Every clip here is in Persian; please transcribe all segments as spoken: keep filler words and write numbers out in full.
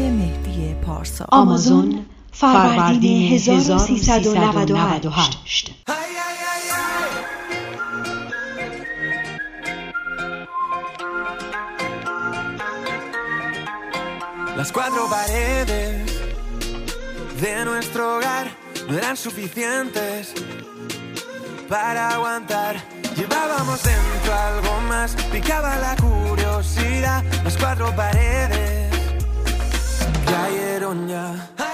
مهدی پارسا. آمازون، فروردین هزار و سیصد و نود و هشت. Las cuatro paredes de nuestro hogar no eran suficientes para aguantar. Llevábamos dentro algo más, picaba la curiosidad. Las cuatro paredes cayeron ya.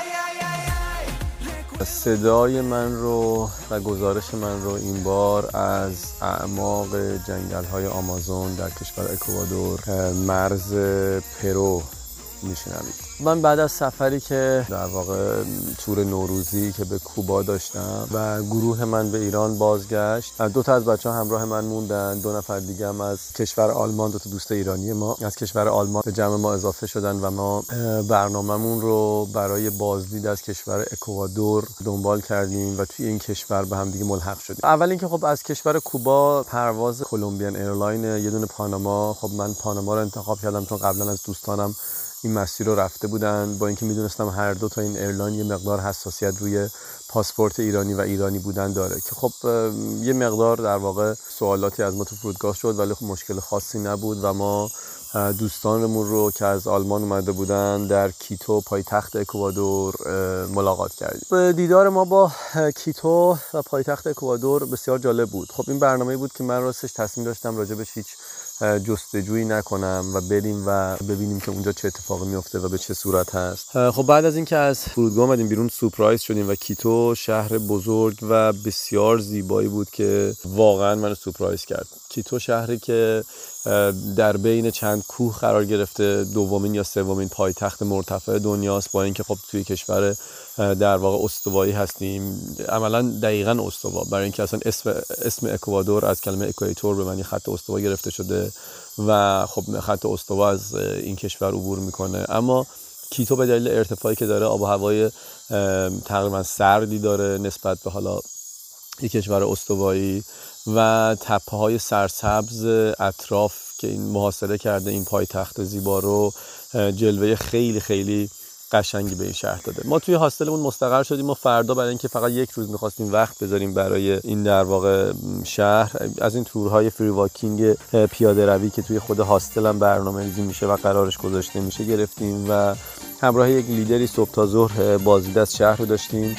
صدای من رو و گزارش من رو این بار از اعماق جنگل‌های آمازون در کشور اکوادور، مرز پرو میشنوید. من بعد از سفری که در واقع تور نوروزی که به کوبا داشتم و گروه من به ایران بازگشت، دو تا از بچه‌ها همراه من موندن، دو نفر دیگه هم از کشور آلمان، دو تا دوست ایرانی ما از کشور آلمان به جمع ما اضافه شدن و ما برنامه‌مون رو برای بازدید از کشور اکوادور دنبال کردیم و توی این کشور به هم دیگه ملحق شدیم. اول اینکه خب از کشور کوبا پرواز کلمبیان ایرلاین، یه دونه پاناما. خب من پاناما رو انتخاب کردم چون قبلا از دوستانم این مسیر رو رفته بودن، با اینکه میدونستم هر دو تا این ایرلاین یه مقدار حساسیت روی پاسپورت ایرانی و ایرانی بودن داره که خب یه مقدار در واقع سوالاتی از ما تو فرودگاه شد، ولی خب مشکل خاصی نبود و ما دوستانمون رو که از آلمان اومده بودن در کیتو پایتخت اکوادور ملاقات کردیم. دیدار ما با کیتو و پایتخت اکوادور بسیار جالب بود. خب این برنامه‌ای بود که من راستش تصمیم داشتم راجبش هیچ جستجویی نکنم و بریم و ببینیم که اونجا چه اتفاقی میفته و به چه صورت هست. خب بعد از اینکه از فرودگاه اومدیم بیرون سورپرایز شدیم و کیتو شهر بزرگ و بسیار زیبایی بود که واقعا منو سورپرایز کرد. کیتو شهری که در بین چند کوه قرار گرفته، دومین یا سومین پایتخت مرتفع دنیاست، با اینکه خب توی کشور در واقع استوایی هستیم، عملا دقیقاً استوا، برای اینکه اصلا اسم اسم اکوادور از کلمه اکواتور به معنی خط استوا گرفته شده و خب خط استوا از این کشور عبور میکنه. اما کیتو به دلیل ارتفاعی که داره، آب و هوای تقریبا سردی داره نسبت به حالا یک کشور استوایی و تپه‌های سرسبز اطراف که این محاصره کرده این پایتخت زیبا رو، جلوه خیلی خیلی قشنگی به این شهر داده. ما توی هاستلمون مستقر شدیم و فردا برای اینکه فقط یک روز می‌خواستیم وقت بذاریم برای این در واقع شهر، از این تورهای فری واکینگ پیاده روی که توی خود هاستل هم برنامه‌ریزی میشه و قرارش گذاشته میشه گرفتیم و همراه یک لیدری صبح تا ظهر بازدید از شهر رو داشتیم.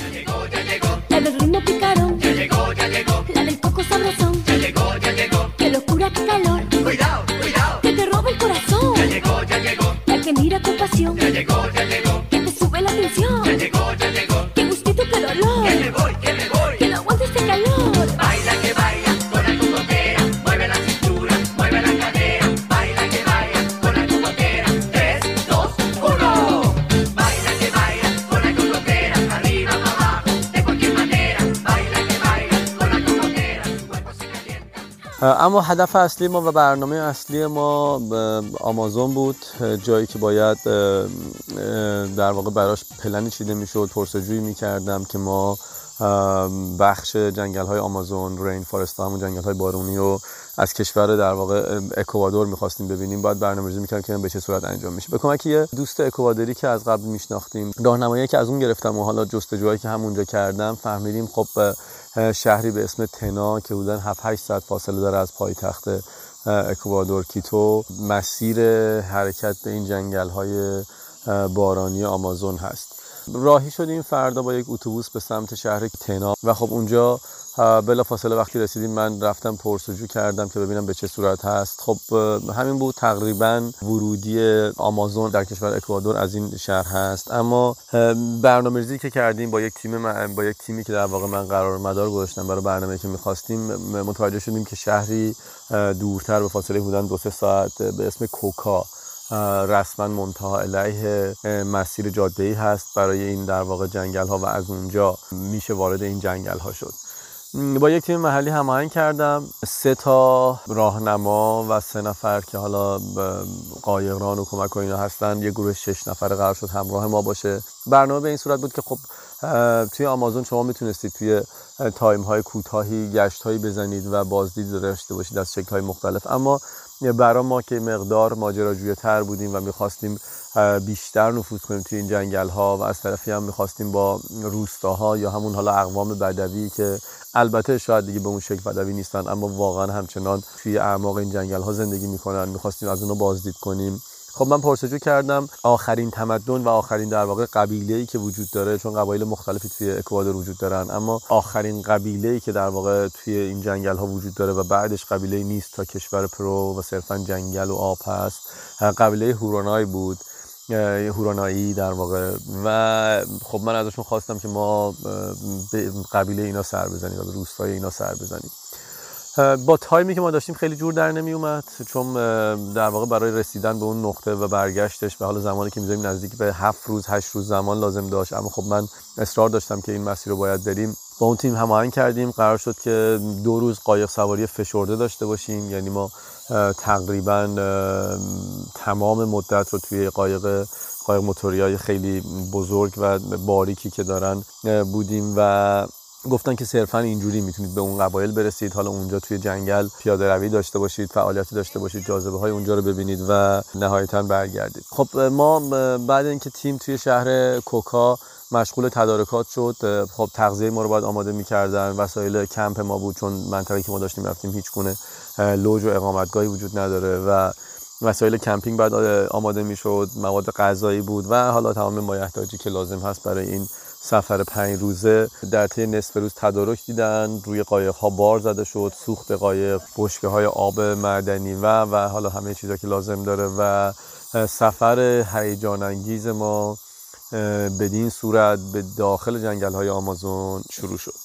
Que mira con pasión, ya llegó, ya llegó, que te sube la tensión, ya llegó, ya llegó, que gustito, que dolor, que me voy, que me voy, que no aguante este calor. Baila que baila, con la cocotera, mueve la cintura, mueve la cadera, baila que baila, con la cocotera, tres, dos, uno. Baila que baila, con la cocotera, arriba, abajo, de cualquier manera, baila que baila, con la cocotera, tu cuerpo se calienta. اما هدف اصلی ما و برنامه اصلی ما آمازون بود، جایی که باید در واقع براش پلنی چیده میشد. پرسجویی میکردم که ما بخش جنگل های آمازون، رین فارست، همون جنگل های بارونی رو از کشور در واقع اکوادور میخواستیم ببینیم. باید برنامه‌ریزی میکردیم که به چه صورت انجام میشه. به کمک یه دوست اکوادوری که از قبل میشناختیم، راهنمایی که از اون گرفتم و حالا جستجوهایی که همونجا کردم، فهمیدیم خب شهری به اسم تنا که حدوداً هفت هشت ساعت فاصله داره از پایتخت اکوادور کیتو، مسیر حرکت به این جنگل‌های بارانی آمازون هست. راهی شدیم فردا با یک اتوبوس به سمت شهر تنا و خب اونجا بلافاصله وقتی رسیدیم من رفتم پرسجو کردم که ببینم به چه صورت هست. خب همین بود تقریبا ورودی آمازون در کشور اکوادور از این شهر هست. اما برنامه‌ریزی که کردیم با یک تیم من، با یک تیمی که در واقع من قرار مدار گذاشتم برای برنامه‌ای که می‌خواستیم، متوجه شدیم که شهری دورتر به فاصله حدوداً دو سه ساعت به اسم کوکا رسما منتهی علیه مسیر جاده‌ای هست برای این در واقع جنگل‌ها و از اونجا میشه وارد این جنگل‌ها شد. با یک تیم محلی هماهنگ کردم، سه تا راهنما و سه نفر که حالا قایقران و کمک و اینا هستن، یه گروه شش نفره قرار شد همراه ما باشه. برنامه به این صورت بود که خب توی آمازون شما میتونستید توی تایم های کوتاهی گشت هایی بزنید و بازدید داشته باشید از شکل های مختلف، اما برای ما که مقدار ماجراجوی‌تر بودیم و می‌خواستیم بیشتر نفوذ کنیم توی این جنگل‌ها و از طرفی هم می‌خواستیم با روستاها یا همون حالا اقوام بدوی که البته شاید دیگه به اون شکل بدوی نیستن اما واقعا همچنان توی اعماق این جنگل‌ها زندگی می‌کنن، می‌خواستیم از اونها بازدید کنیم. خب من پرسجو کردم آخرین تمدن و آخرین در واقع قبیله‌ای که وجود داره، چون قبایل مختلفی توی اکوادور وجود دارن، اما آخرین قبیله‌ای که در واقع توی این جنگل‌ها وجود داره و بعدش قبیله‌ای نیست تا کشور پرو و صرفاً جنگل و آب هست، قبیله هورونای بود، هورونایی در واقع. و خب من ازشون خواستم که ما به قبیله اینا سر بزنیم و به روستای اینا سر بزنیم. با تایمی که ما داشتیم خیلی جور در نمی اومد، چون در واقع برای رسیدن به اون نقطه و برگشتش به حال زمانی که می‌ذاریم نزدیک به هفت روز هشت روز زمان لازم داشت، اما خب من اصرار داشتم که این مسیر رو باید بریم. با اون تیم هماهنگ کردیم، قرار شد که دو روز قایق سواری فشرده داشته باشیم، یعنی ما تقریبا تمام مدت رو توی قایق قایق موتوریای خیلی بزرگ و باریکی که دارن بودیم و گفتن که صرفا اینجوری میتونید به اون قبایل برسید، حالا اونجا توی جنگل پیاده روی داشته باشید، فعالیتی داشته باشید، جاذبه های اونجا رو ببینید و نهایتاً برگردید. خب ما بعد اینکه تیم توی شهر کوکا مشغول تدارکات شد، خب تغذیه ما رو باید آماده می‌کردن، وسایل کمپ ما بود، چون منطقه‌ای که ما داشتیم رفتیم هیچ گونه لوج و اقامتگاهی وجود نداره و وسایل کمپینگ بعد آماده می‌شد، مواد غذایی بود و حالا تمام مایحتاجی که لازم هست برای این سفر پنج روزه. در طی نصف روز تدارک دیدن، روی قایق‌ها بار زده شد، سوخت قایق، بشکه‌های آب معدنی و و حالا همه چیزا که لازم داره و سفر هیجان انگیز ما بدین صورت به داخل جنگل‌های آمازون شروع شد.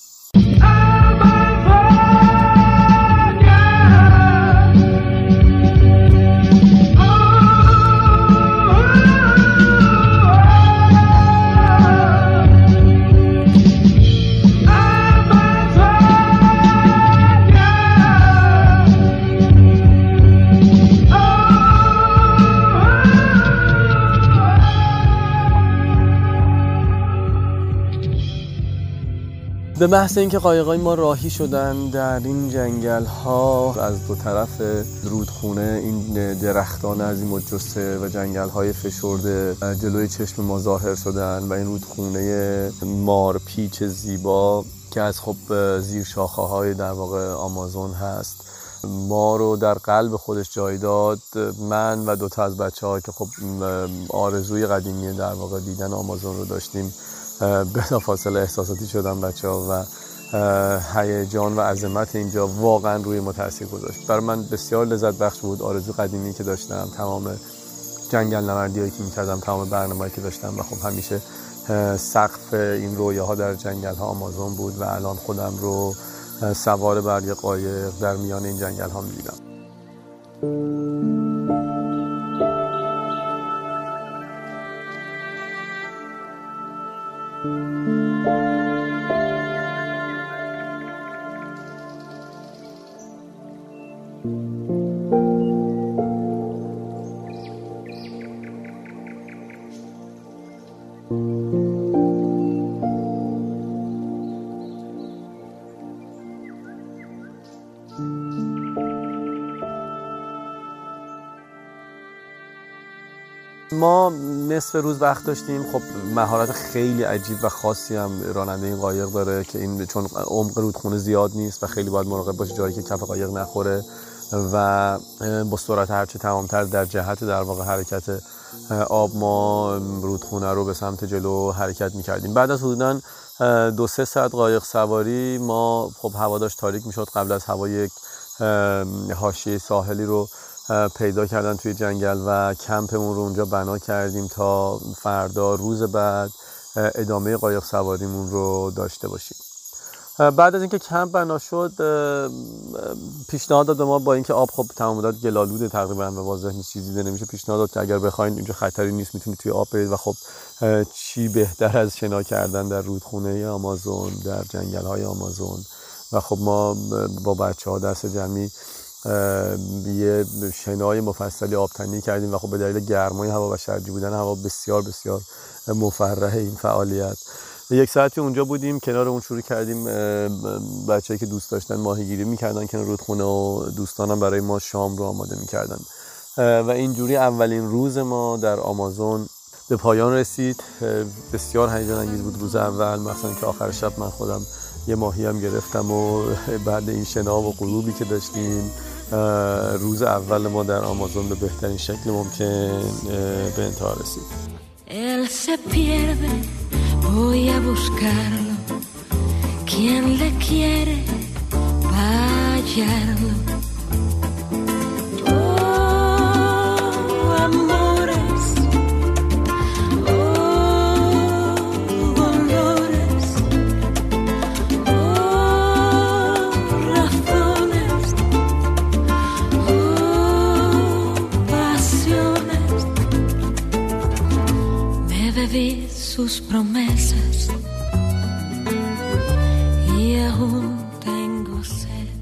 به محض اینکه قایقای ما راهی شدن در این جنگل ها، از دو طرف رودخونه این درختان عظیم الجثه و جنگل های فشرده جلوی چشم ما ظاهر شدن و این رودخونه مارپیچ زیبا که از خب زیر شاخه های در واقع آمازون هست ما رو در قلب خودش جای داد. من و دو تا از بچه‌ها که خب آرزوی قدیمی در واقع دیدن آمازون رو داشتیم، بلافاصله احساساتی شدم بچه‌ها و هیجان و عظمت اینجا واقعا روی ما تاثیر گذاشت. برای من بسیار لذت بخش بود. آرزو قدیمی که داشتم، تمام جنگل نوردیایی که می‌کردم، تمام برنامه‌ای که داشتم و خب همیشه سقف این رویاها در جنگل‌ها آمازون بود و الان خودم رو سوار بر یک قایق در میان این جنگل‌ها می‌دیدم. ما نصف روز وقت داشتیم. خب مهارت خیلی عجیب و خاصی هم راننده این قایق داره که این چون عمق رودخونه زیاد نیست و خیلی باید مراقب باشه جایی که کف قایق نخوره و با سرعت هرچه تمامتر در جهت در واقع حرکت آب ما رودخونه رو به سمت جلو حرکت می‌کردیم. بعد از حدوداً دو سه ساعت قایق سواری ما خب هوا داشت تاریک می‌شد. قبل از هوا یک حاشیه ساحلی رو پیدا کردن توی جنگل و کمپمون رو اونجا بنا کردیم تا فردا روز بعد ادامه قایق سواریمون رو داشته باشیم. بعد از اینکه کمپ بنا شد پیشنهاد داد به ما، با اینکه آب خب تمام مدت گلالوده تقریبا به واضح نیست، چیزی دیده نمیشه، پیشنهاد داد که اگر بخواید اینجا خطری نیست میتونید توی آب برید و خب چی بهتر از شنا کردن در رودخونه آمازون، در جنگل‌های آمازون. و خب ما با بچه‌ها دست جمعی یه شنای مفصلی آبتنی کردیم و خب به دلیل گرمای هوا و شرجی بودن هوا بسیار بسیار مفرح این فعالیت یک ساعتی اونجا بودیم، کنار اون شروع کردیم بچه‌ای که دوست داشتن ماهیگیری میکردن کنار رودخونه و دوستانم برای ما شام رو آماده میکردن و اینجوری اولین روز ما در آمازون به پایان رسید. بسیار هیجان انگیز بود روز اول، مثلا که آخر شب من خودم یه ماهی هم گرفتم و بعد این شنا و غروبی که داشتیم روز اول ما در آمازون به بهترین شکل ممکن به انتها رسید. Él se pierde, voy a buscarlo. Quien le quiere, hallarlo. Oh, amores, oh, dolores, oh, razones, oh, pasiones. Me bebí sus promesas y aún tengo sed.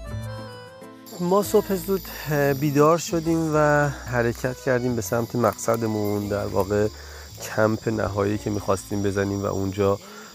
ما صبح زود بیدار شدیم و حرکت کردیم به سمت مقصدمون، در واقع کمپ نهایی که میخواستیم بزنیم و اونجا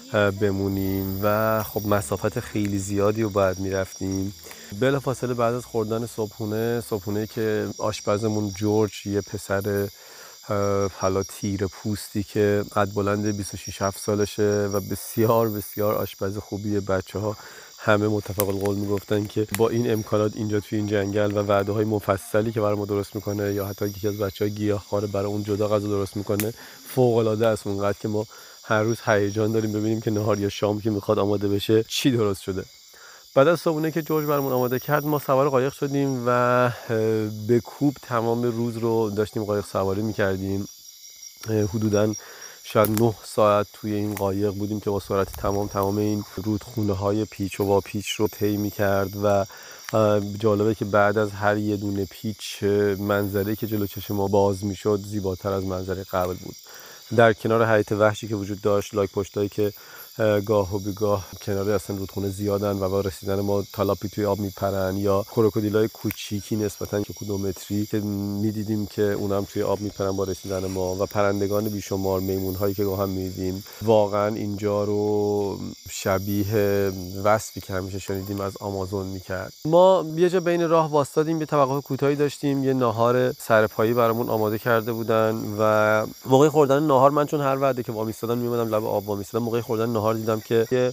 بمونیم و خب مسافت خیلی زیادی رو باید میرفتیم. بلافاصله بعد از خوردن صبحونه صبحونه که آشپزمون جورج، یه پسر حالا تیر پوستی که قد بلند بیست و شش هفت سالشه و بسیار بسیار آشپز خوبیه، بچه ها همه متفق القول میگفتن که با این امکانات اینجا توی این جنگل و وعده های مفصلی که برای ما درست میکنه، یا حتی یکی از بچه های گیاهخواره برای اون جدا غذا درست میکنه، فوق العاده است. اونقدر که ما هر روز هیجان داریم ببینیم که نهار یا شام که میخواد آماده بشه چی درست شده. بعد از صبحونه که جورج برامون آماده کرد ما سوار قایق شدیم و به کوب تمام روز رو داشتیم قایق سواری میکردیم. حدوداً شاید نه ساعت توی این قایق بودیم که با سرعت تمام تمام این رودخونه های پیچ و با پیچ رو طی میکرد و جالبه که بعد از هر یه دونه پیچ منظره که جلو چشم ما باز میشد زیباتر از منظره قبل بود. در کنار حیات وحشی که وجود داشت، لاک پشتایی که گاه و بیگاه کنار اصلا رودخونه زیادن و با رسیدن ما تالاپی توی آب میپرن، یا کروکودیلای کوچیکی نسبتاً که کیلومتری که میدیدیم که اونم توی آب میپرن با رسیدن ما، و پرندگان بیشمار، میمون‌هایی که گاه هم میدیدیم. واقعاً اینجا رو شبیه وصفی که همیشه شنیدیم از آمازون میکرد. ما یه جا بین راه واسطادیم، یه توقف کوتاهی داشتیم، یه ناهار سرپایی برامون آماده کرده بودن و موقع خوردن ناهار من چون هر وعده که وامیستادن میومدم لب آب وامیستادم، موقع خوردن ناهار دیدم که یه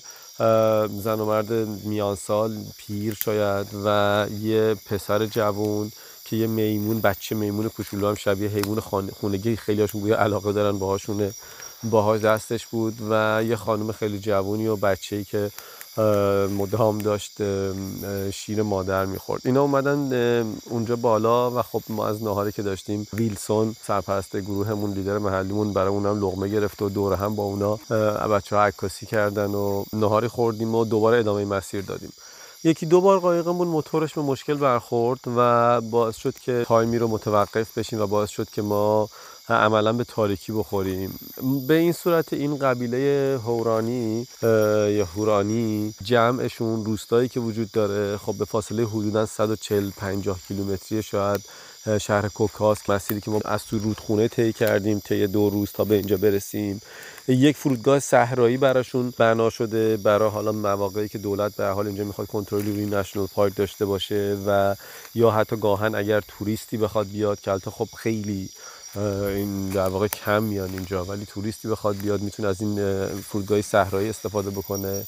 زن و مرد میان سال پیر شاید و یه پسر جوون که یه میمون، بچه میمون کوچولو هم شبیه حیوان خونگی خیلی هاشون بوی علاقه دارن باهاشونه، باهاش دستش بود، و یه خانم خیلی جوونی و بچه‌ای که مدام داشت شیر مادر میخورد. اینا اومدن اونجا بالا و خب ما از ناهاری که داشتیم، ویلسون سرپرست گروهمون، لیدر محلیمون، برای اونم لقمه گرفت و دوره هم با اونا بچه‌ها عکاسی کردن و ناهاری خوردیم و دوباره ادامه مسیر دادیم. یکی دو بار قایقمون موتورش به مشکل برخورد و باعث شد که تایمی رو متوقف بشیم و باعث شد که ما عملا به تاریکی بخوریم. به این صورت این قبیله هورانی یا هورانی، جمعشون روستایی که وجود داره، خب به فاصله حدوداً صد و چهل پنجاه کیلومتری شاید شهر کوکاس، مسیری که ما از توی رودخونه طی کردیم طی دو روز تا به اینجا برسیم. یک فرودگاه صحرایی براشون بنا شده برای حالا مواقعی که دولت به هر حال اینجا میخواد کنترلی روی نشنال پارک داشته باشه و یا حتی گاهن اگر توریستی بخواد بیاد، که البته خب خیلی این در واقع کم میان اینجا، ولی توریستی بخواد بیاد میتونه از این فرودگاه صحرایی استفاده بکنه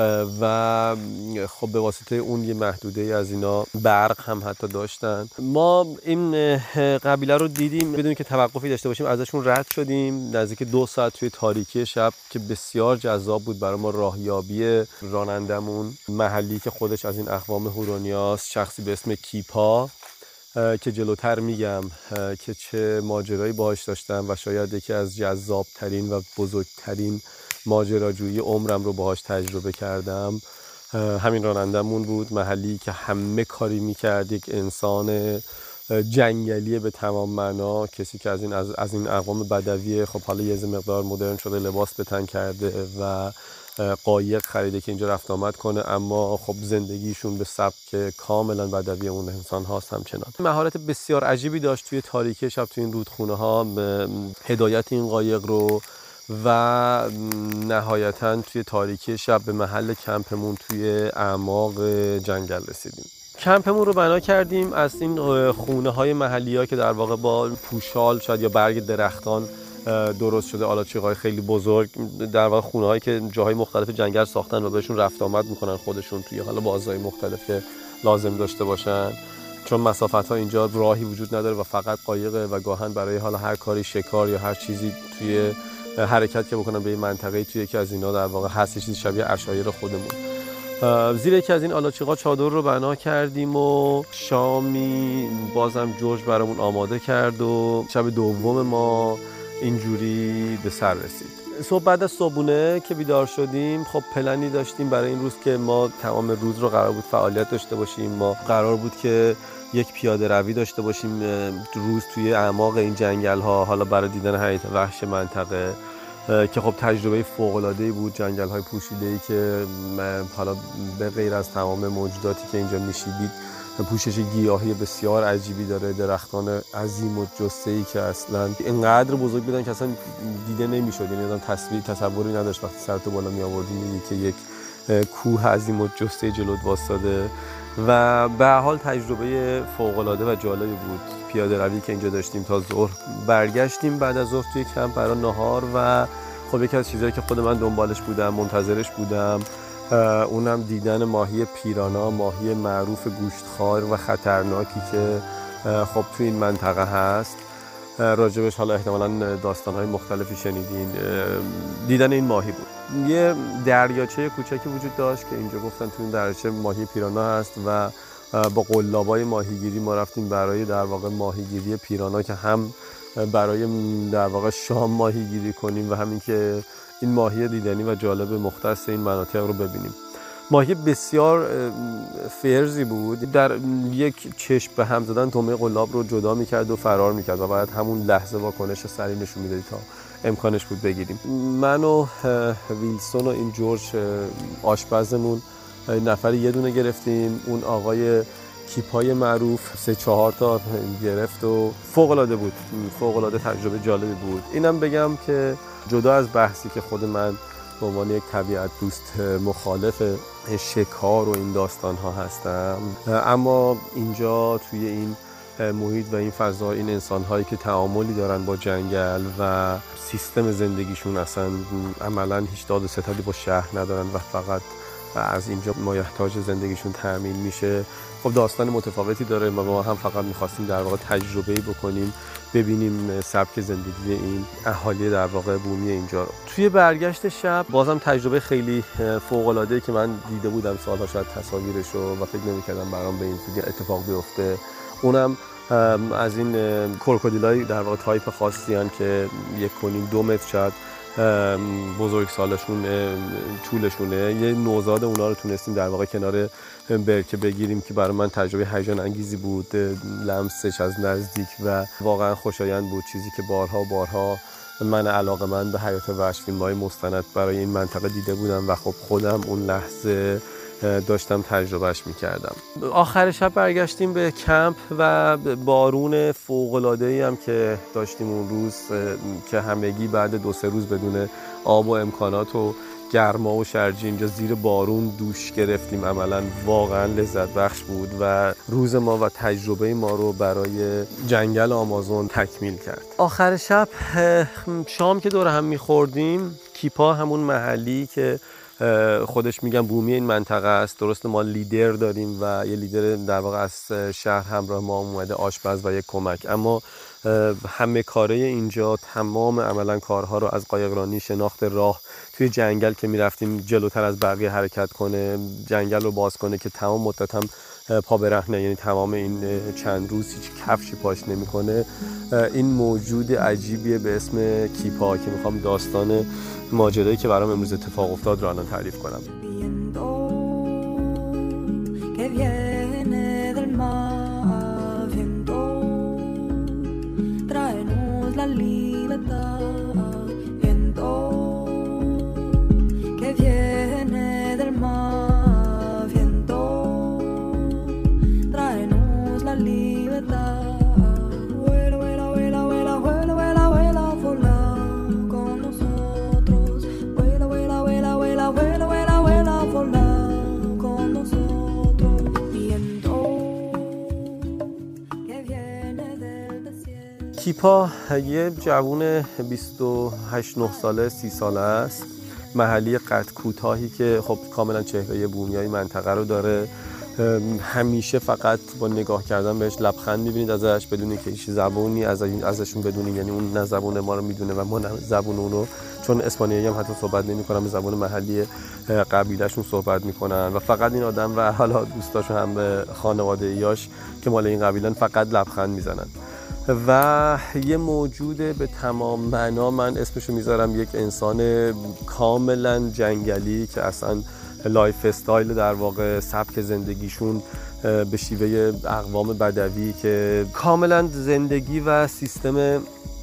و خب به واسطه اون یه محدوده از اینا برق هم حتی داشتن. ما این قبیله رو دیدیم بدون که توقفی داشته باشیم، ازشون رد شدیم نزدیک دو ساعت توی تاریکی شب که بسیار جذاب بود برای ما راهیابی رانندمون محلی که خودش از این اقوام هورانیاست، شخصی به اسم کیپا که جلوتر میگم که چه ماجرایی باهاش داشتم و شاید یکی از جذابترین و بزرگترین ماجراجویی عمرم رو باهاش تجربه کردم. همین رانندمون بود، محلی که همه کاری میکرد، یک انسان جنگلی به تمام معنا، کسی که از این از, از این اقوام بدوی، خب حالا یه مقدار مدرن شده، لباس به تن کرده و قایق خریده که اینجا رفت آمد کنه، اما خب زندگیشون به سبک کاملا بدوی اون انسان هاست. همچنان مهارت بسیار عجیبی داشت توی تاریکی شب توی این رودخونه ها هدایت این قایق رو و نهایتاً توی تاریکی شب به محل کمپمون توی اعماق جنگل رسیدیم. کمپمون رو بنا کردیم از این خونه های محلی ها که در واقع با پوشال شاید یا برگ درختان درست شده، آلاچیق‌های خیلی بزرگ، در واقع خونه هایی که جاهای مختلف جنگل ساختن و بهشون رفت آمد میکنن خودشون توی حالا بازهای مختلف که لازم داشته باشن، چون مسافت ها اینجا راهی وجود نداره و فقط قایقه و گاهن برای حالا هر کاری شکار یا هر چیزی توی حرکت که بکنن به این منطقه توی یکی از اینا در واقع هست چیزی شبیه عشایر خودمون. زیر یکی از این آلاچیقا چادر رو بنا کردیم و شامی بازم جورج برامون آماده کرد و شب دوم ما اینجوری به سر رسید. صبح بعد از صبحونه که بیدار شدیم خب پلنی داشتیم برای این روز که ما تمام روز رو قرار بود فعالیت داشته باشیم. ما قرار بود که یک پیاده روی داشته باشیم روز توی اعماق این جنگل ها، حالا برای دیدن حیات وحش منطقه که خب تجربه فوق‌العاده‌ای بود. جنگل های پوشیده‌ای که حالا به غیر از تمام موجوداتی که اینجا میشیدید پوشش گیاهی بسیار عجیبی داره، درختان عظیم و جثه‌ای که اصلا اینقدر بزرگ بودن که اصلا دیده نمی‌شد، یعنی آدم تصویر تصوری نداشت وقتی سرتو بالا می‌آوردی می‌دیدی که یک کوه عظیم و جثه جلوت واسطاده. و به هر حال تجربه فوق‌العاده و جالبی بود پیاده روی که اینجا داشتیم تا ظهر. برگشتیم بعد از ظهر توی کمپ برای نهار و خب یکی از چیزایی که خود من دنبالش بودم، منتظرش بودم، اونم دیدن ماهی پیرانا، ماهی معروف گوشتخوار و خطرناکی که خب توی این منطقه هست. راجبش حالا احتمالاً داستان‌های مختلفی شنیدین. دیدن این ماهی بود. یه دریاچه کوچکی وجود داشت که اینجا گفتن توی این دریاچه ماهی پیرانا هست و با قلابای ماهیگیری ما رفتیم برای در واقع ماهیگیری پیرانا که هم برای در واقع شام ماهیگیری کنیم و همین که این ماهی دیدنی و جالب مختص این مناطق رو ببینیم. ماهی بسیار فرزی بود، در یک چشم به هم زدن تومه قلاب رو جدا میکرد و فرار میکرد و باید همون لحظه واکنش سریع نشون میدادی تا امکانش بود بگیریم. من و ویلسون و این جورج آشپزمون نفری یه دونه گرفتیم، اون آقای کیپای معروف سه چهار تا گرفت و فوق‌العاده بود، فوق‌العاده تجربه جالبی بود. اینم بگم که جدا از بحثی که خود من به عنوان یک طبیعت دوست مخالف شکار و این داستان ها هستم، اما اینجا توی این محیط و این فضا این انسان هایی که تعاملی دارن با جنگل و سیستم زندگیشون اصلا عملا هیچ داد و ستدی با شهر ندارن و فقط از اینجا مایحتاج زندگیشون تأمین میشه، خب داستان متفاوتی داره و ما هم فقط میخواستیم در واقع تجربه‌ای بکنیم، ببینیم سبک زندگی این اهالی در واقع بومی اینجا رو. توی برگشت شب بازم تجربه خیلی فوق‌العاده‌ای که من دیده بودم سال‌ها شاید تصاویرش رو و فکر نمی‌کردم برام به این زودی اتفاق بیفته. اونم از این کروکودیلای در واقع تایپ خاصی هستن که یک کنیم دو متر شاید بزرگ سالشون طولشونه. یه نوزاد اونا رو تونستیم در واقع کنار برکه بگیریم که برای من تجربه هیجان انگیزی بود، لمسش از نزدیک و واقعا خوشایند بود، چیزی که بارها بارها من علاقه‌مند به حیات وحش فیلم‌های مستند برای این منطقه دیده بودم و خب خودم اون لحظه داشتم تجربهش میکردم. آخر شب برگشتیم به کمپ و بارون فوق‌العاده‌ای هم که داشتیم اون روز که همگی بعد دو سه روز بدون آب و امکانات و گرما و شرجی اینجا زیر بارون دوش گرفتیم، عملا واقعا لذت بخش بود و روز ما و تجربه ما رو برای جنگل آمازون تکمیل کرد. آخر شب شام که دور هم میخوردیم، کیپا همون محلی که خودش میگن بومی این منطقه است، درسته ما لیدر داریم و یه لیدر در واقع از شهر همراه ما اومده، آشپز و یک کمک، اما همه کاره اینجا تمام عملا کارها رو از قایقرانی، شناخت راه توی جنگل که میرفتیم جلوتر از بقیه حرکت کنه، جنگل رو باز کنه که تمام مدت هم پا برهنه، یعنی تمام این چند روز هیچ کفشی پاش نمیکنه. این موجود عجیبیه به اسم کیپا که میخوام داستان ماجرایی که برام امروز اتفاق افتاد رو الان تعریف کنم. کیپا یه جوون بیست و هشت نه ساله سی ساله است، محلی قد کوتاهی که خب کاملا چهره بومیای منطقه رو داره. همیشه فقط با نگاه کردن بهش لبخند می‌بینید ازش، بدون که هیچ زبونی از ازشون بدونید، یعنی اون نه زبون ما رو میدونه و ما نه زبون اونو، چون اسپانیایی هم حتی صحبت نمی‌کنن، به زبان محلی قبیله‌شون صحبت می‌کنن و فقط این آدم و حالا دوستاشون هم به خانواده‌ایاش که مال این قبیله‌ن فقط لبخند میزنن. و یه موجود به تمام معنا، من اسمشو میذارم یک انسان کاملا جنگلی که اصلا لایف استایل در واقع سبک زندگیشون به شیوه اقوام بدوی که کاملا زندگی و سیستم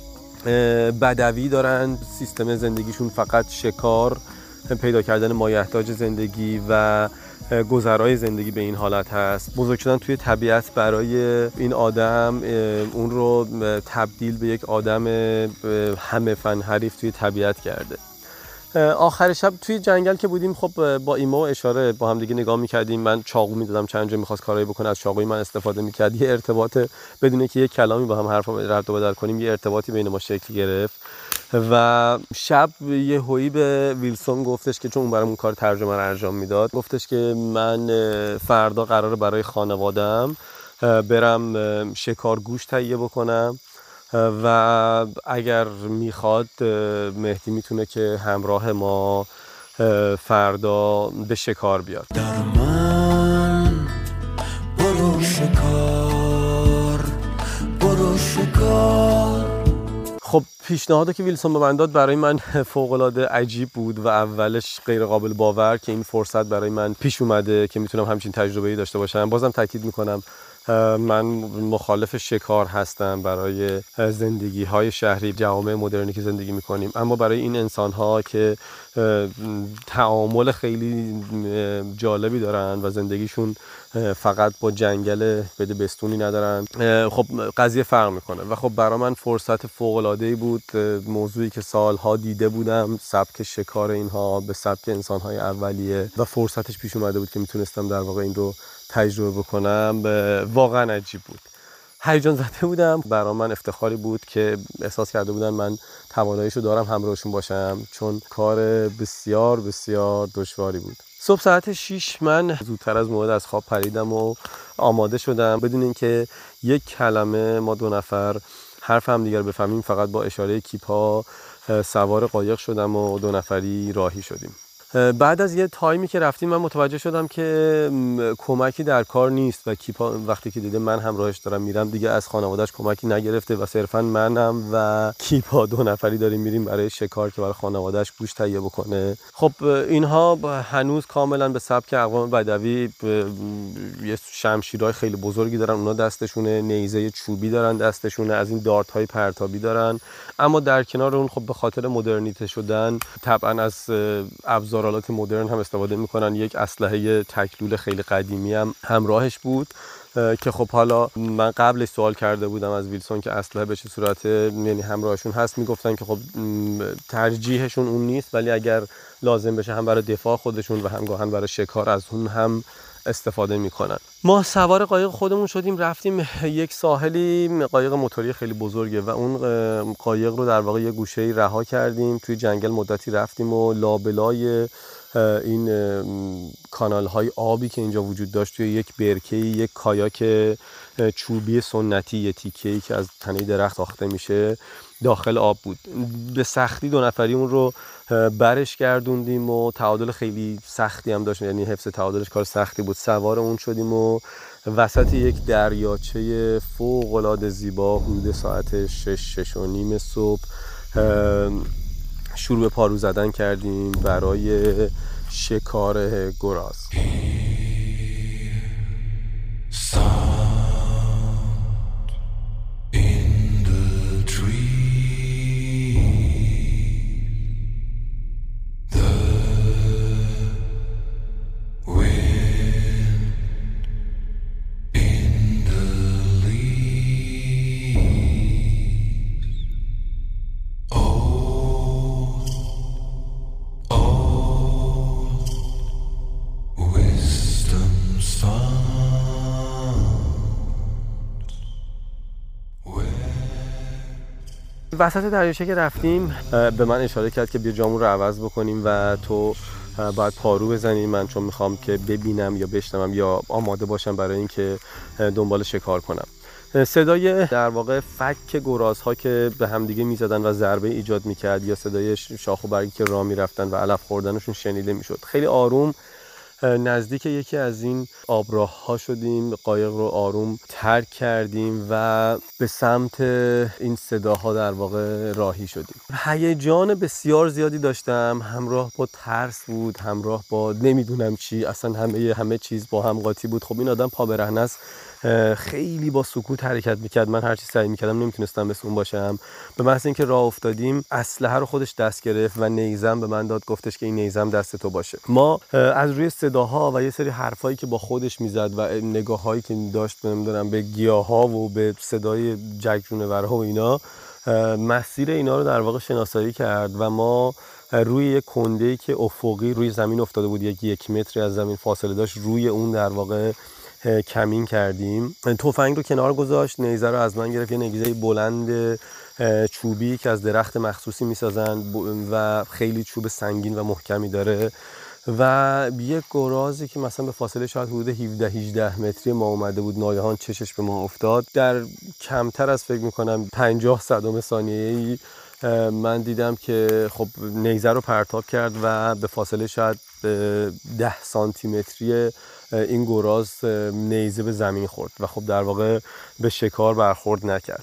بدوی دارن، سیستم زندگیشون فقط شکار، پیدا کردن مایحتاج زندگی و گذرای زندگی به این حالت هست. بزرگ شدن توی طبیعت برای این آدم اون رو تبدیل به یک آدم همه فن حریف توی طبیعت کرده. آخر شب توی جنگل که بودیم، خب با ایما و اشاره با هم دیگه نگاه می‌کردیم. من چاقو می‌دادم، چند جا می‌خواست کارایی بکنه، از چاقوی من استفاده می‌کرد. یه ارتباط بدون که یه کلامی با هم حرف رد و بدل کنیم، یه ارتباطی بین ما شکل گرفت. و شب یه هویی به ویلسون گفتش که چون اون برام اون کار ترجمه رو انجام میداد، گفتش که من فردا قراره برای خانواده‌ام برم شکار گوشت تهیه بکنم و اگر میخواد مهدی میتونه که همراه ما فردا به شکار بیاد. در من برو شکار، برو شکار. خب پیشنهادی که ویلسون به من داد برای من فوق‌العاده عجیب بود و اولش غیر قابل باور که این فرصت برای من پیش اومده که میتونم همچین تجربه‌ای داشته باشم. بازم تاکید میکنم من مخالف شکار هستم برای زندگی های شهری، جوامع مدرنی که زندگی میکنیم، اما برای این انسان ها که تعامل خیلی جالبی دارن و زندگیشون فقط با جنگل بده بستونی ندارن، خب قضیه فرق میکنه. و خب برای من فرصت فوق العاده ای بود، موضوعی که سالها دیده بودم، سبک شکار اینها به سبک انسان های اولیه و فرصتش پیش اومده بود که میتونستم در واقع این رو تجربه بکنم. واقعا عجیب بود، هیجان زده بودم. برای من افتخاری بود که احساس کرده بودن من تواناییشو دارم همراهشون باشم، چون کار بسیار بسیار دشواری بود. صبح ساعت شش من زودتر از موعد از خواب پریدم و آماده شدم بدون اینکه یک کلمه ما دو نفر حرف هم دیگر بفهمیم. فقط با اشاره کیپا سوار قایق شدم و دو نفری راهی شدیم. بعد از یه تایمی که رفتیم من متوجه شدم که کمکی در کار نیست و کیپا وقتی که دیده من همراهش دارم میرم دیگه از خانواده‌اش کمکی نگرفته و صرفا منم و کیپا دو نفری داریم میریم برای شکار که برای خانواده‌اش گوشت تهیه بکنه. خب اینها هنوز کاملا به سبک اقوام بدوی یه شمشیرهای خیلی بزرگی دارن، اونا دستشونه، نیزه چوبی دارن دستشونه، از این دارت‌های پرتابی دارن، اما در کنار اون خب به خاطر مدرنیته شدن طبعا از ابزار آلات مدرن هم استفاده میکنن. یک اسلحه تکلول خیلی قدیمی هم همراهش بود که خب حالا من قبلش سوال کرده بودم از ویلسون که اسلحه به چه صورت یعنی همراهشون هست، میگفتن که خب ترجیحشون اون نیست، ولی اگر لازم بشه هم برای دفاع خودشون و هم گاهن برای شکار از اون هم استفاده میکنن. ما سوار قایق خودمون شدیم، رفتیم یک ساحلی، قایق موتوری خیلی بزرگه و اون قایق رو در واقع یه گوشه‌ای رها کردیم، توی جنگل مدتی رفتیم و لابلای این کانال های آبی که اینجا وجود داشت توی یک برکه‌ای یک کایاک چوبی سنتی، یه تیکه‌ای که از تنه درخت ساخته میشه داخل آب بود. به سختی دو نفری اون رو برش گردوندیم و تعادل خیلی سختی هم داشت، یعنی حفظ تعادلش کار سختی بود. سوار اون شدیم و وسط یک دریاچه فوق‌العاده زیبا حدود ساعت شش شش و نیم صبح شروع به پارو زدن کردیم برای شکار گراز. With وسط دریاچه که رفتیم به من اشاره کرد که بیا جامون رو عوض بکنیم و تو باید پارو بزنی. من چون میخوام که ببینم یا بشنوم یا آماده باشم برای اینکه دنبال شکار کنم. صدای در واقع فک گرازها که به همدیگه میزدن و ضربه ایجاد میکرد یا صدای شاخ و برگی که راه میرفتن و علف خوردنشون شنیده میشد. خیلی آروم نزدیک یکی از این آبراه‌ها شدیم، قایق رو آروم ترک کردیم و به سمت این صداها در واقع راهی شدیم. هیجان بسیار زیادی داشتم، همراه با ترس بود، همراه با نمیدونم چی، اصلا همه همه چیز با هم قاطی بود. خب این آدم پا برهنه است، خیلی با سکوت حرکت میکرد. من هرچی سعی میکردم نمیتونستم مثل اون باشم. به محض اینکه راه افتادیم اسلحه رو خودش دست گرفت و نیزم به من داد، گفتش که این نیزم دست تو باشه. ما از روی صداها و یه سری حرفایی که با خودش میزد و نگاهایی که داشت نمیدونم به گیاها و به صدای جگرونورها و اینا، مسیر اینا رو در واقع شناسایی کرد و ما روی یک کنده‌ای که افقی روی زمین افتاده بود، یک یک متری از زمین فاصله داشت، روی اون در واقع کمین کردیم. تفنگ رو کنار گذاشت، نیزه رو از من گرفت. یه نیزه بلند چوبی که از درخت مخصوصی میسازن و خیلی چوب سنگین و محکمی داره و یک گرازی که مثلا به فاصله شاید حدود هفده هجده متری ما اومده بود، ناگهان چشش به ما افتاد. در کمتر از فکر میکنم پنجاه صدم ثانیه‌ای من دیدم که خب نیزه رو پرتاب کرد و به فاصله شاید ده سانتی متری این گراز نیزه به زمین خورد و خب در واقع به شکار برخورد نکرد.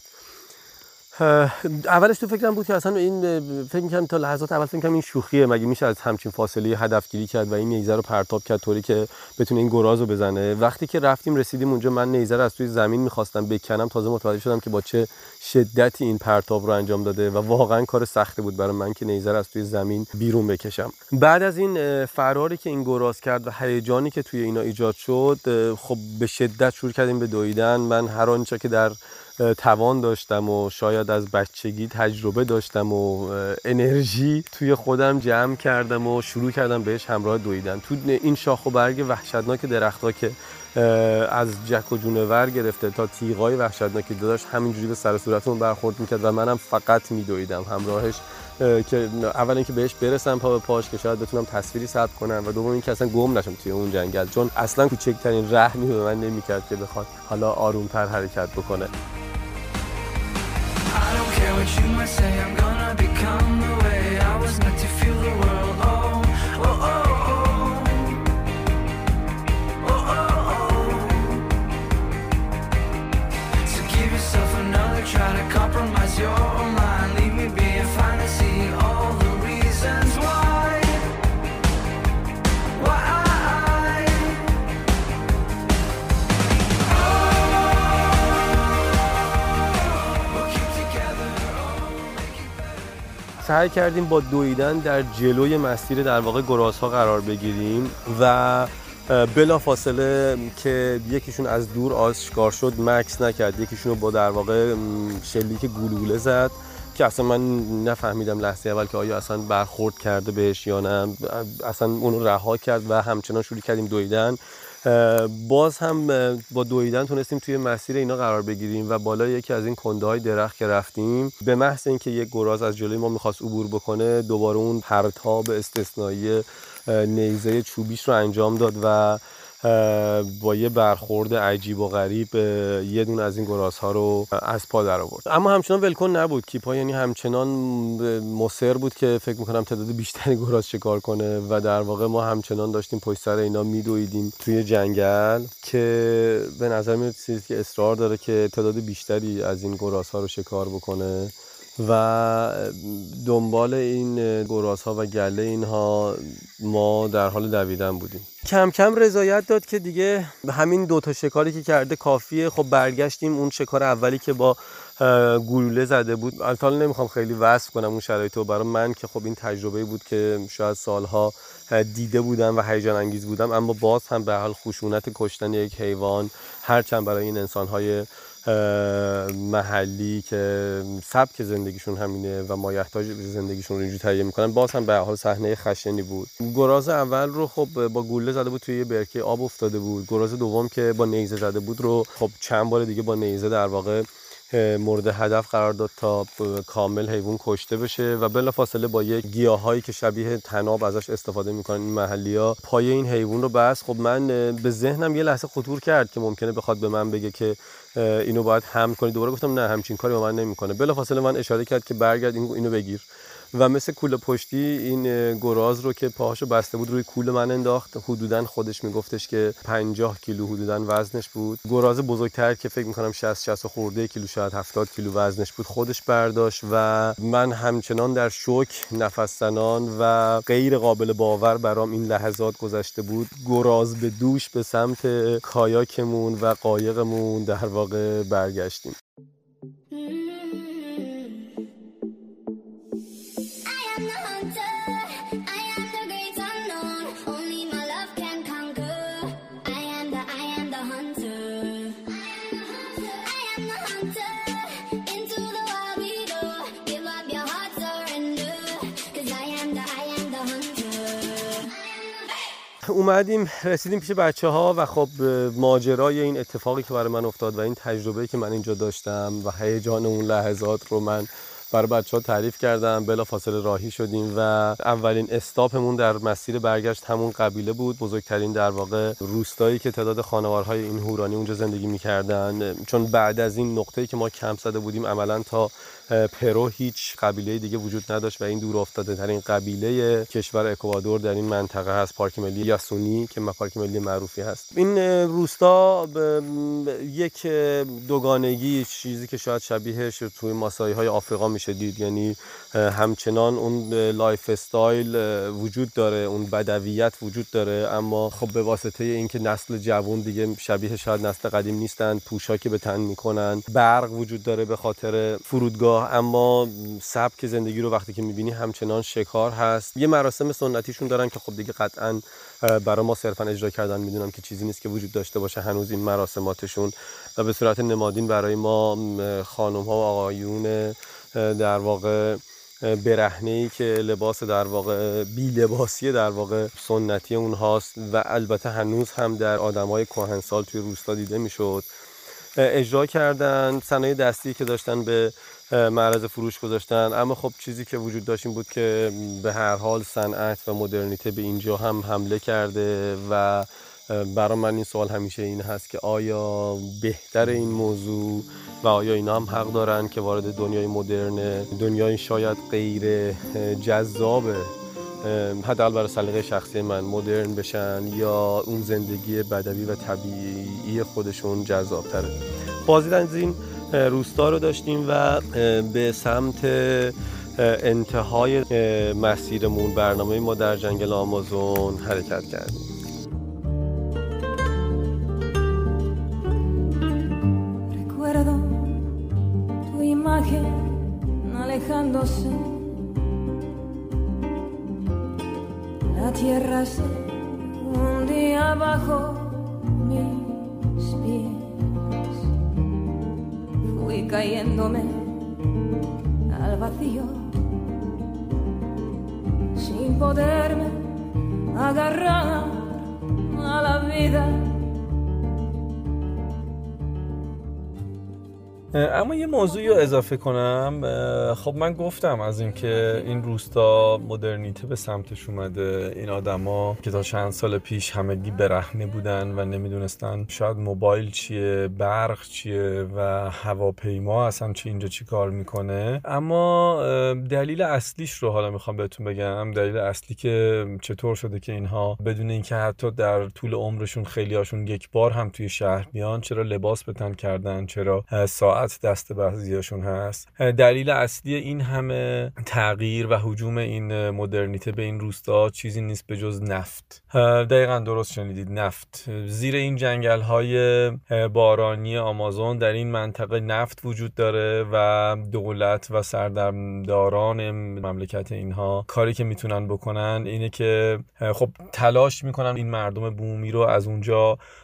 اولش تو فکرم بود که اصلا این فکر می‌کردم تا لحظات اول فکر می‌کردم این شوخیه، مگه میشه از همچین فاصله هدف گیری کرد و این نیزه رو پرتاب کرد طوری که بتونه این گراز رو بزنه. وقتی که رفتیم رسیدیم اونجا، من نیزه رو از توی زمین می‌خواستم بکنم، تازه متوجه شدم که با چه شدتی این پرتاب رو انجام داده و واقعا کار سختی بود برای من که نیزه رو از توی زمین بیرون بکشم. بعد از این فراری که این گراز کرد و هیجانی که توی اینا ایجاد شد، خب به شدت شروع کردیم به دویدن. من هر آنچه که در توان داشتم و شاید از بچگی تجربه داشتم و انرژی توی خودم جمع کردم و شروع کردم بهش همراه دویدن. تو این شاخ و برگ وحشتناک درخت‌ها که از جک و جونور گرفته تا تیغای وحشتناکی داشت، همینجوری به سر صورتمون برخورد میکرد و منم فقط میدویدم همراهش که اول اینکه بهش برسم پا به پاش که شاید بتونم تصویری ثبت کنم و دوم اینکه اصلا گم نشم توی اون جنگل، چون اصلا کوچکترین رحمی به من نمیکرد که بخواد حالا آرومتر حرکت بکنه. I don't care what you might say, I'm gonna become the way I was meant to feel the world. Oh, oh, oh, oh. Oh, oh, oh. So give yourself another try to compromise your mind. Leave me be and finally see all the reasons why. Why سعی کردیم با دویدن در جلوی مسیر در واقع گرازها قرار بگیریم و بلا فاصله که یکیشون از دور آشکار شد مکس نکرد، یکیشون رو با در واقع شلیک گلوله زد که اصلا من نفهمیدم لحظه اول که آیا اصلا برخورد کرده بهش یا نه. اصلا اونو رها کرد و همچنان شروع کردیم دویدن. باز هم با دویدن تونستیم توی مسیر اینا قرار بگیریم و بالای یکی از این کنده‌های درخت که رفتیم، به محض اینکه یک گراز از جلوی ما می‌خواست عبور بکنه، دوباره اون پرتاب استثنایی نیزه چوبیش رو انجام داد و با یه برخورد عجیب و غریب یه دونه از این گرازها رو از پا در آورد. اما همچنان ولکن نبود کیپا، یعنی همچنان مصر بود که فکر میکنم تعداد بیشتری گراز شکار کنه و در واقع ما همچنان داشتیم پشت سر اینا میدویدیم توی جنگل که به نظر میاد چیزی که اصرار داره که تعداد بیشتری از این گرازها رو شکار بکنه و دنبال این گرازها و گله اینها ما در حال دویدن بودیم. کم کم رضایت داد که دیگه همین دوتا شکاری که کرده کافیه. خب برگشتیم اون شکار اولی که با گلوله زده بود. البته نمیخوام خیلی وصف کنم اون شرایطو، برای من که خب این تجربه بود که شاید سالها دیده بودم و هیجان انگیز بودم، اما باز هم به حال خشونت کشتن یک حیوان، هرچند برای این انسان‌های محلی که سبک زندگیشون همینه و مایحتاج زندگیشون رو اینجوری تهیه میکنن، باز هم به حال صحنه خشنی بود. گراز اول رو خب با گلوله زده بود، توی برکه آب افتاده بود. گراز دوم که با نیزه زده بود رو خب چند بار دیگه با نیزه در واقع مورد هدف قرار داد تا کامل حیوان کشته بشه و بلافاصله با یک گیاهایی که شبیه طناب ازش استفاده میکنن این محلی‌ها پای این حیوان رو بس. خب من به ذهنم یه لحظه خطور کرد که ممکنه بخواد به من بگه که اینو باید حمل کنی. دوباره گفتم نه، همچین کاری با من نمیکنه. بلافاصله من اشاره کرد که برگرد اینو بگیر و مثل کوله پشتی این گراز رو که پاهاشو بسته بود روی کوله من انداخت. حدوداً خودش میگفتش که پنجاه کیلو حدوداً وزنش بود. گراز بزرگتر که فکر میکنم شصت شصت خورده کیلو، شاید هفتاد کیلو وزنش بود، خودش برداشت و من همچنان در شوک، نفس زنان و غیر قابل باور برام این لحظات گذشته بود. گراز به دوش به سمت کایاکمون و قایقمون در واقع برگشتیم. اومدیم رسیدیم پیش بچه ها و خب ماجرای این اتفاقی که برای من افتاد و این تجربه‌ای که من اینجا داشتم و هیجان اون لحظات رو من برای بچه ها تعریف کردم. بلا فاصله راهی شدیم و اولین استاپمون در مسیر برگشت همون قبیله بود، بزرگترین در واقع روستایی که تعداد خانوارهای این هورانی اونجا زندگی می‌کردن. چون بعد از این نقطه‌ای که ما کمپ زده بودیم عملاً تا پرو هیچ قبیله دیگه وجود نداشت و این دور افتاده ترین قبیله کشور اکوادور در این منطقه هست، پارک ملی یاسونی که پارک ملی معروفی هست. این روستا یک دوگانگی، چیزی که شاید شبیهش توی ماسایی‌های آفریقا میشه دید، یعنی همچنان اون لایف استایل وجود داره، اون بدویت وجود داره، اما خب به واسطه اینکه نسل جوان دیگه شبیه شاید نسل قدیم نیستن، پوشاکی به تن میکنن، برق وجود داره به خاطر فرودگاه، اما سبک زندگی رو وقتی که میبینی همچنان شکار هست. یه مراسم سنتیشون دارن که خب دیگه قطعاً برای ما صرفاً اجرا کردن میدونم که چیزی نیست که وجود داشته باشه هنوز این مراسماتشون، و به صورت نمادین برای ما خانم ها و آقایون در واقع برهنه‌ای که لباس در واقع بی لباسی در واقع سنتی اونهاست و البته هنوز هم در آدمای کهنسال توی روستا دیده میشد اجرا کردن. صنایع دستی که داشتن به معرض فروش گذاشتن، اما خب چیزی که وجود داشت این بود که به هر حال صنعت و مدرنیته به اینجا هم حمله کرده و برای من این سوال همیشه این هست که آیا بهتر این موضوع و آیا اینا هم حق دارن که وارد دنیای مدرن، دنیای شاید غیر جذابه حداقل برای سلیقه شخصی من مدرن بشن، یا اون زندگی بدوی و طبیعی خودشون جذابتره. بازدید از این روستا رو داشتیم و به سمت انتهای مسیرمون، برنامه ما در جنگل آمازون حرکت کردیم. Recuerdo tu imagen alejándose, la tierra se hundía bajo mis pies, fui cayéndome al vacío sin poderme agarrar a la vida. اما یه موضوعی رو اضافه کنم. خب من گفتم از اینکه این روستا مدرنیته به سمتش اومده، این آدما که تا چند سال پیش همگی برهنه بودن و نمیدونستن شاید موبایل چیه، برق چیه و هواپیما اصلا چی اینجا چی کار میکنه. اما دلیل اصلیش رو حالا میخوام بهتون بگم. دلیل اصلی که چطور شده که اینها بدون اینکه حتی در طول عمرشون خیلی هاشون یک بار هم توی شهر بیان، چرا لباس به تن کردن، چرا ساعت دست بعضیاشون هست. دلیل اصلی این همه تغییر و هجوم این مدرنیته به این روستا چیزی نیست به جز نفت. دقیقاً درست شنیدید، نفت. زیر این جنگل‌های بارانی آمازون در این منطقه نفت وجود داره و دولت و سردمداران مملکت اینها کاری که میتونن بکنن اینه که خب تلاش میکنن این مردم بومی رو از اونجا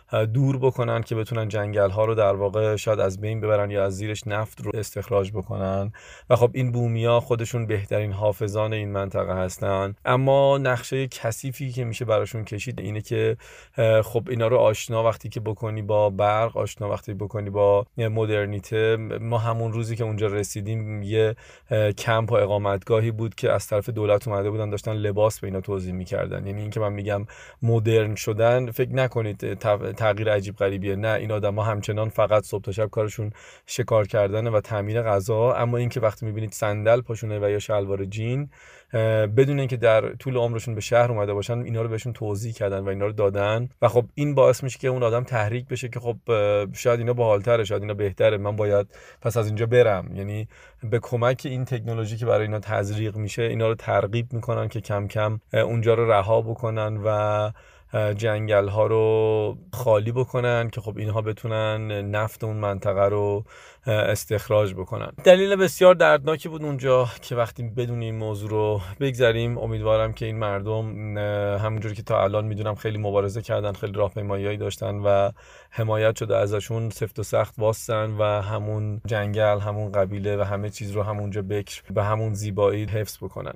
دور بکنن که بتونن جنگل ها رو در واقع شاید از بین ببرن یا از زیرش نفت رو استخراج بکنن و خب این بومیا خودشون بهترین حافظان این منطقه هستن. اما نقشه کثیفی که میشه براشون کشید اینه که خب اینا رو آشنا وقتی که بکنی با برق، آشنا وقتی بکنی با مدرنیته. ما همون روزی که اونجا رسیدیم یه کمپ و اقامتگاهی بود که از طرف دولت اومده بودن داشتن لباس به اینا توزیع میکردن. یعنی این که من میگم مدرن شدن فکر نکنید تغییر عجیب غریبیه، نه، این آدما همچنان فقط صبح تا شب کارشون شکار کردنه و تامین غذا. اما این که وقتی میبینید صندل پاشونه و یا شلوار جین بدون اینکه در طول عمرشون به شهر اومده باشن اینا رو بهشون توضیح کردن و اینا رو دادن و خب این باعث میشه که اون آدم تحریک بشه که خب شاید اینا باحال‌تره، شاید اینا بهتره، من باید پس از اینجا برم. یعنی به کمک این تکنولوژی که برای اینا تزریق میشه اینا رو ترغیب میکنن که کم کم اونجا رو رها بکنن و جنگل ها رو خالی بکنن که خب اینها بتونن نفت اون منطقه رو استخراج بکنن. دلیل بسیار دردناکی بود اونجا که وقتی بدون این موضوع رو بگذریم. امیدوارم که این مردم همونجوری که تا الان میدونم خیلی مبارزه کردن، خیلی راهپیمایی‌هایی داشتن و حمایت شده ازشون، سفت و سخت واستن و همون جنگل، همون قبیله و همه چیز رو همونجا بکر به همون زیبایی حفظ بکنن.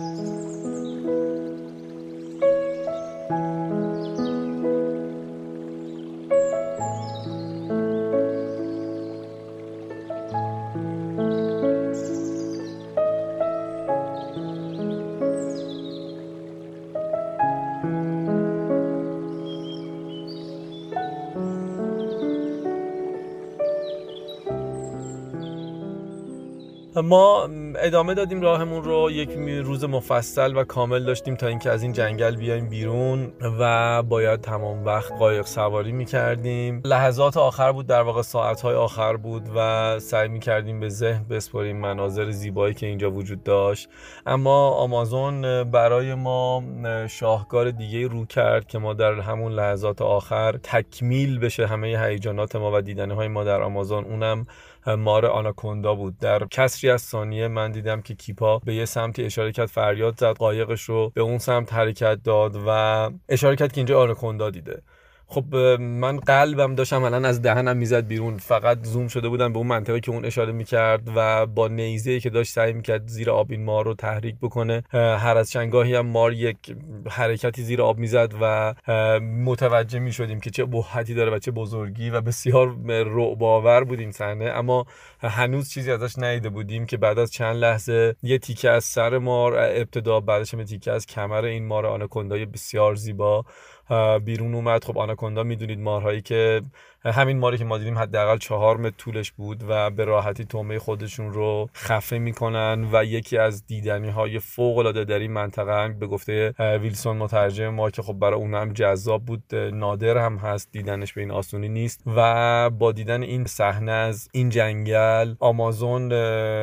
ما ادامه دادیم راهمون رو، یک روز مفصل و کامل داشتیم تا اینکه از این جنگل بیایم بیرون و باید تمام وقت قایق سواری می‌کردیم. لحظات آخر بود، در واقع ساعت‌های آخر بود و سعی می‌کردیم به ذهن بسپاریم مناظر زیبایی که اینجا وجود داشت. اما آمازون برای ما شاهکار دیگه رو کرد که ما در همون لحظات آخر تکمیل بشه همه هیجانات ما و دیدن‌های ما در آمازون، اونم مار آناکوندا بود. در کسری از ثانیه من دیدم که کیپا به یه سمتی اشاره کرد، فریاد زد، قایقش رو به اون سمت حرکت داد و اشاره کرد که اینجا آناکوندا دیده. خب من قلبم داشتم الان از دهنم میزد بیرون، فقط زوم شده بودم به اون منطقه که اون اشاره میکرد و با نیزه‌ای که داشت سعی میکرد زیر آب این مار رو تحریک بکنه. هر از چنگاهی هم مار یک حرکتی زیر آب میزد و متوجه میشدیم که چه ابهتی داره و چه بزرگی و بسیار رعب‌آور بود این صحنه. اما هنوز چیزی ازش ندیده بودیم که بعد از چند لحظه یه تیکه از سر مار ابتدا، بعدش هم تیکه از کمر این مار آناکوندای بسیار زیبا بیرون اومد. خب آناکوندا میدونید مارهایی که همین ماری که ما دیدیم حداقل چهار متر طولش بود و به راحتی طعمه خودشون رو خفه میکنن و یکی از دیدنی های فوق العاده در این منطقه، به گفته ویلسون مترجم ما که خب برای اون هم جذاب بود، نادر هم هست، دیدنش به این آسونی نیست و با دیدن این صحنه از این جنگل آمازون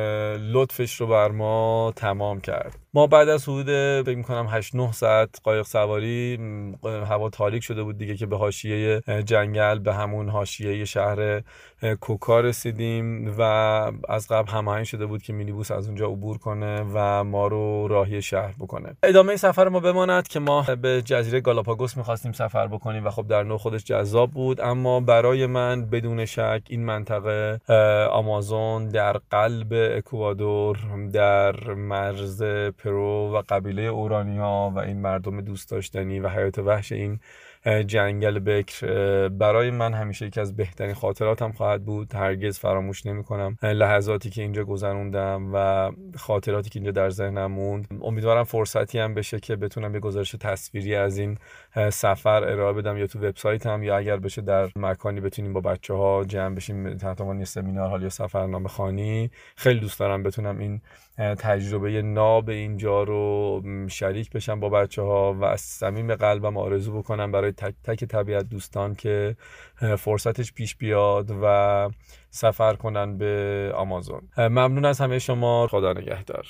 لطفش رو بر ما تمام کرد. ما بعد از حدود فکر می‌کنم هشت نه ساعت قایق سواری، هوا تاریک شده بود دیگه که به حاشیه جنگل، به همون حاشیه شهر کوکا رسیدیم و از قبل هماهنگ شده بود که مینیبوس از اونجا عبور کنه و ما رو راهی شهر بکنه. ادامه سفر ما بماند که ما به جزیره گالاپاگوس می‌خواستیم سفر بکنیم و خب در نوع خودش جذاب بود، اما برای من بدون شک این منطقه آمازون در قلب اکوادور، در مرز پرو و قبیله اورانیا و این مردم دوست داشتنی و حیات وحش این جنگل بکر برای من همیشه یکی از بهترین خاطراتم خواهد بود. هرگز فراموش نمی‌کنم لحظاتی که اینجا گذروندم و خاطراتی که اینجا در ذهنم موند. امیدوارم فرصتی هم بشه که بتونم یه گزارش تصویری از این سفر ارائه بدم یا تو وبسایتم یا اگر بشه در مکانی بتونیم با بچه‌ها جمع بشیم تحت عنوان سمینار حال یا سفرنامه خوانی. خیلی دوست دارم بتونم این تجربه ناب اینجا رو شریک بشم با بچه‌ها و از صمیم قلبم آرزو بکنم برای تک تک طبیعت دوستان که فرصتش پیش بیاد و سفر کنن به آمازون. ممنون از همه شما، خدا نگهدار.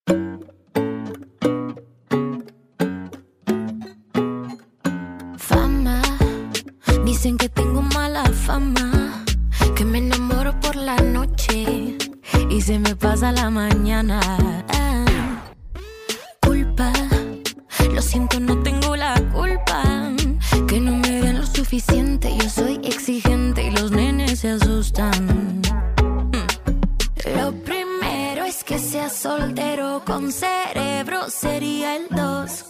Fama, dicen que tengo mala fama, que me enamoro por la noche y se me pasa la mañana. Ah, culpa, lo siento, no tengo la culpa, que no me den lo suficiente, yo soy cerebro sería el dos.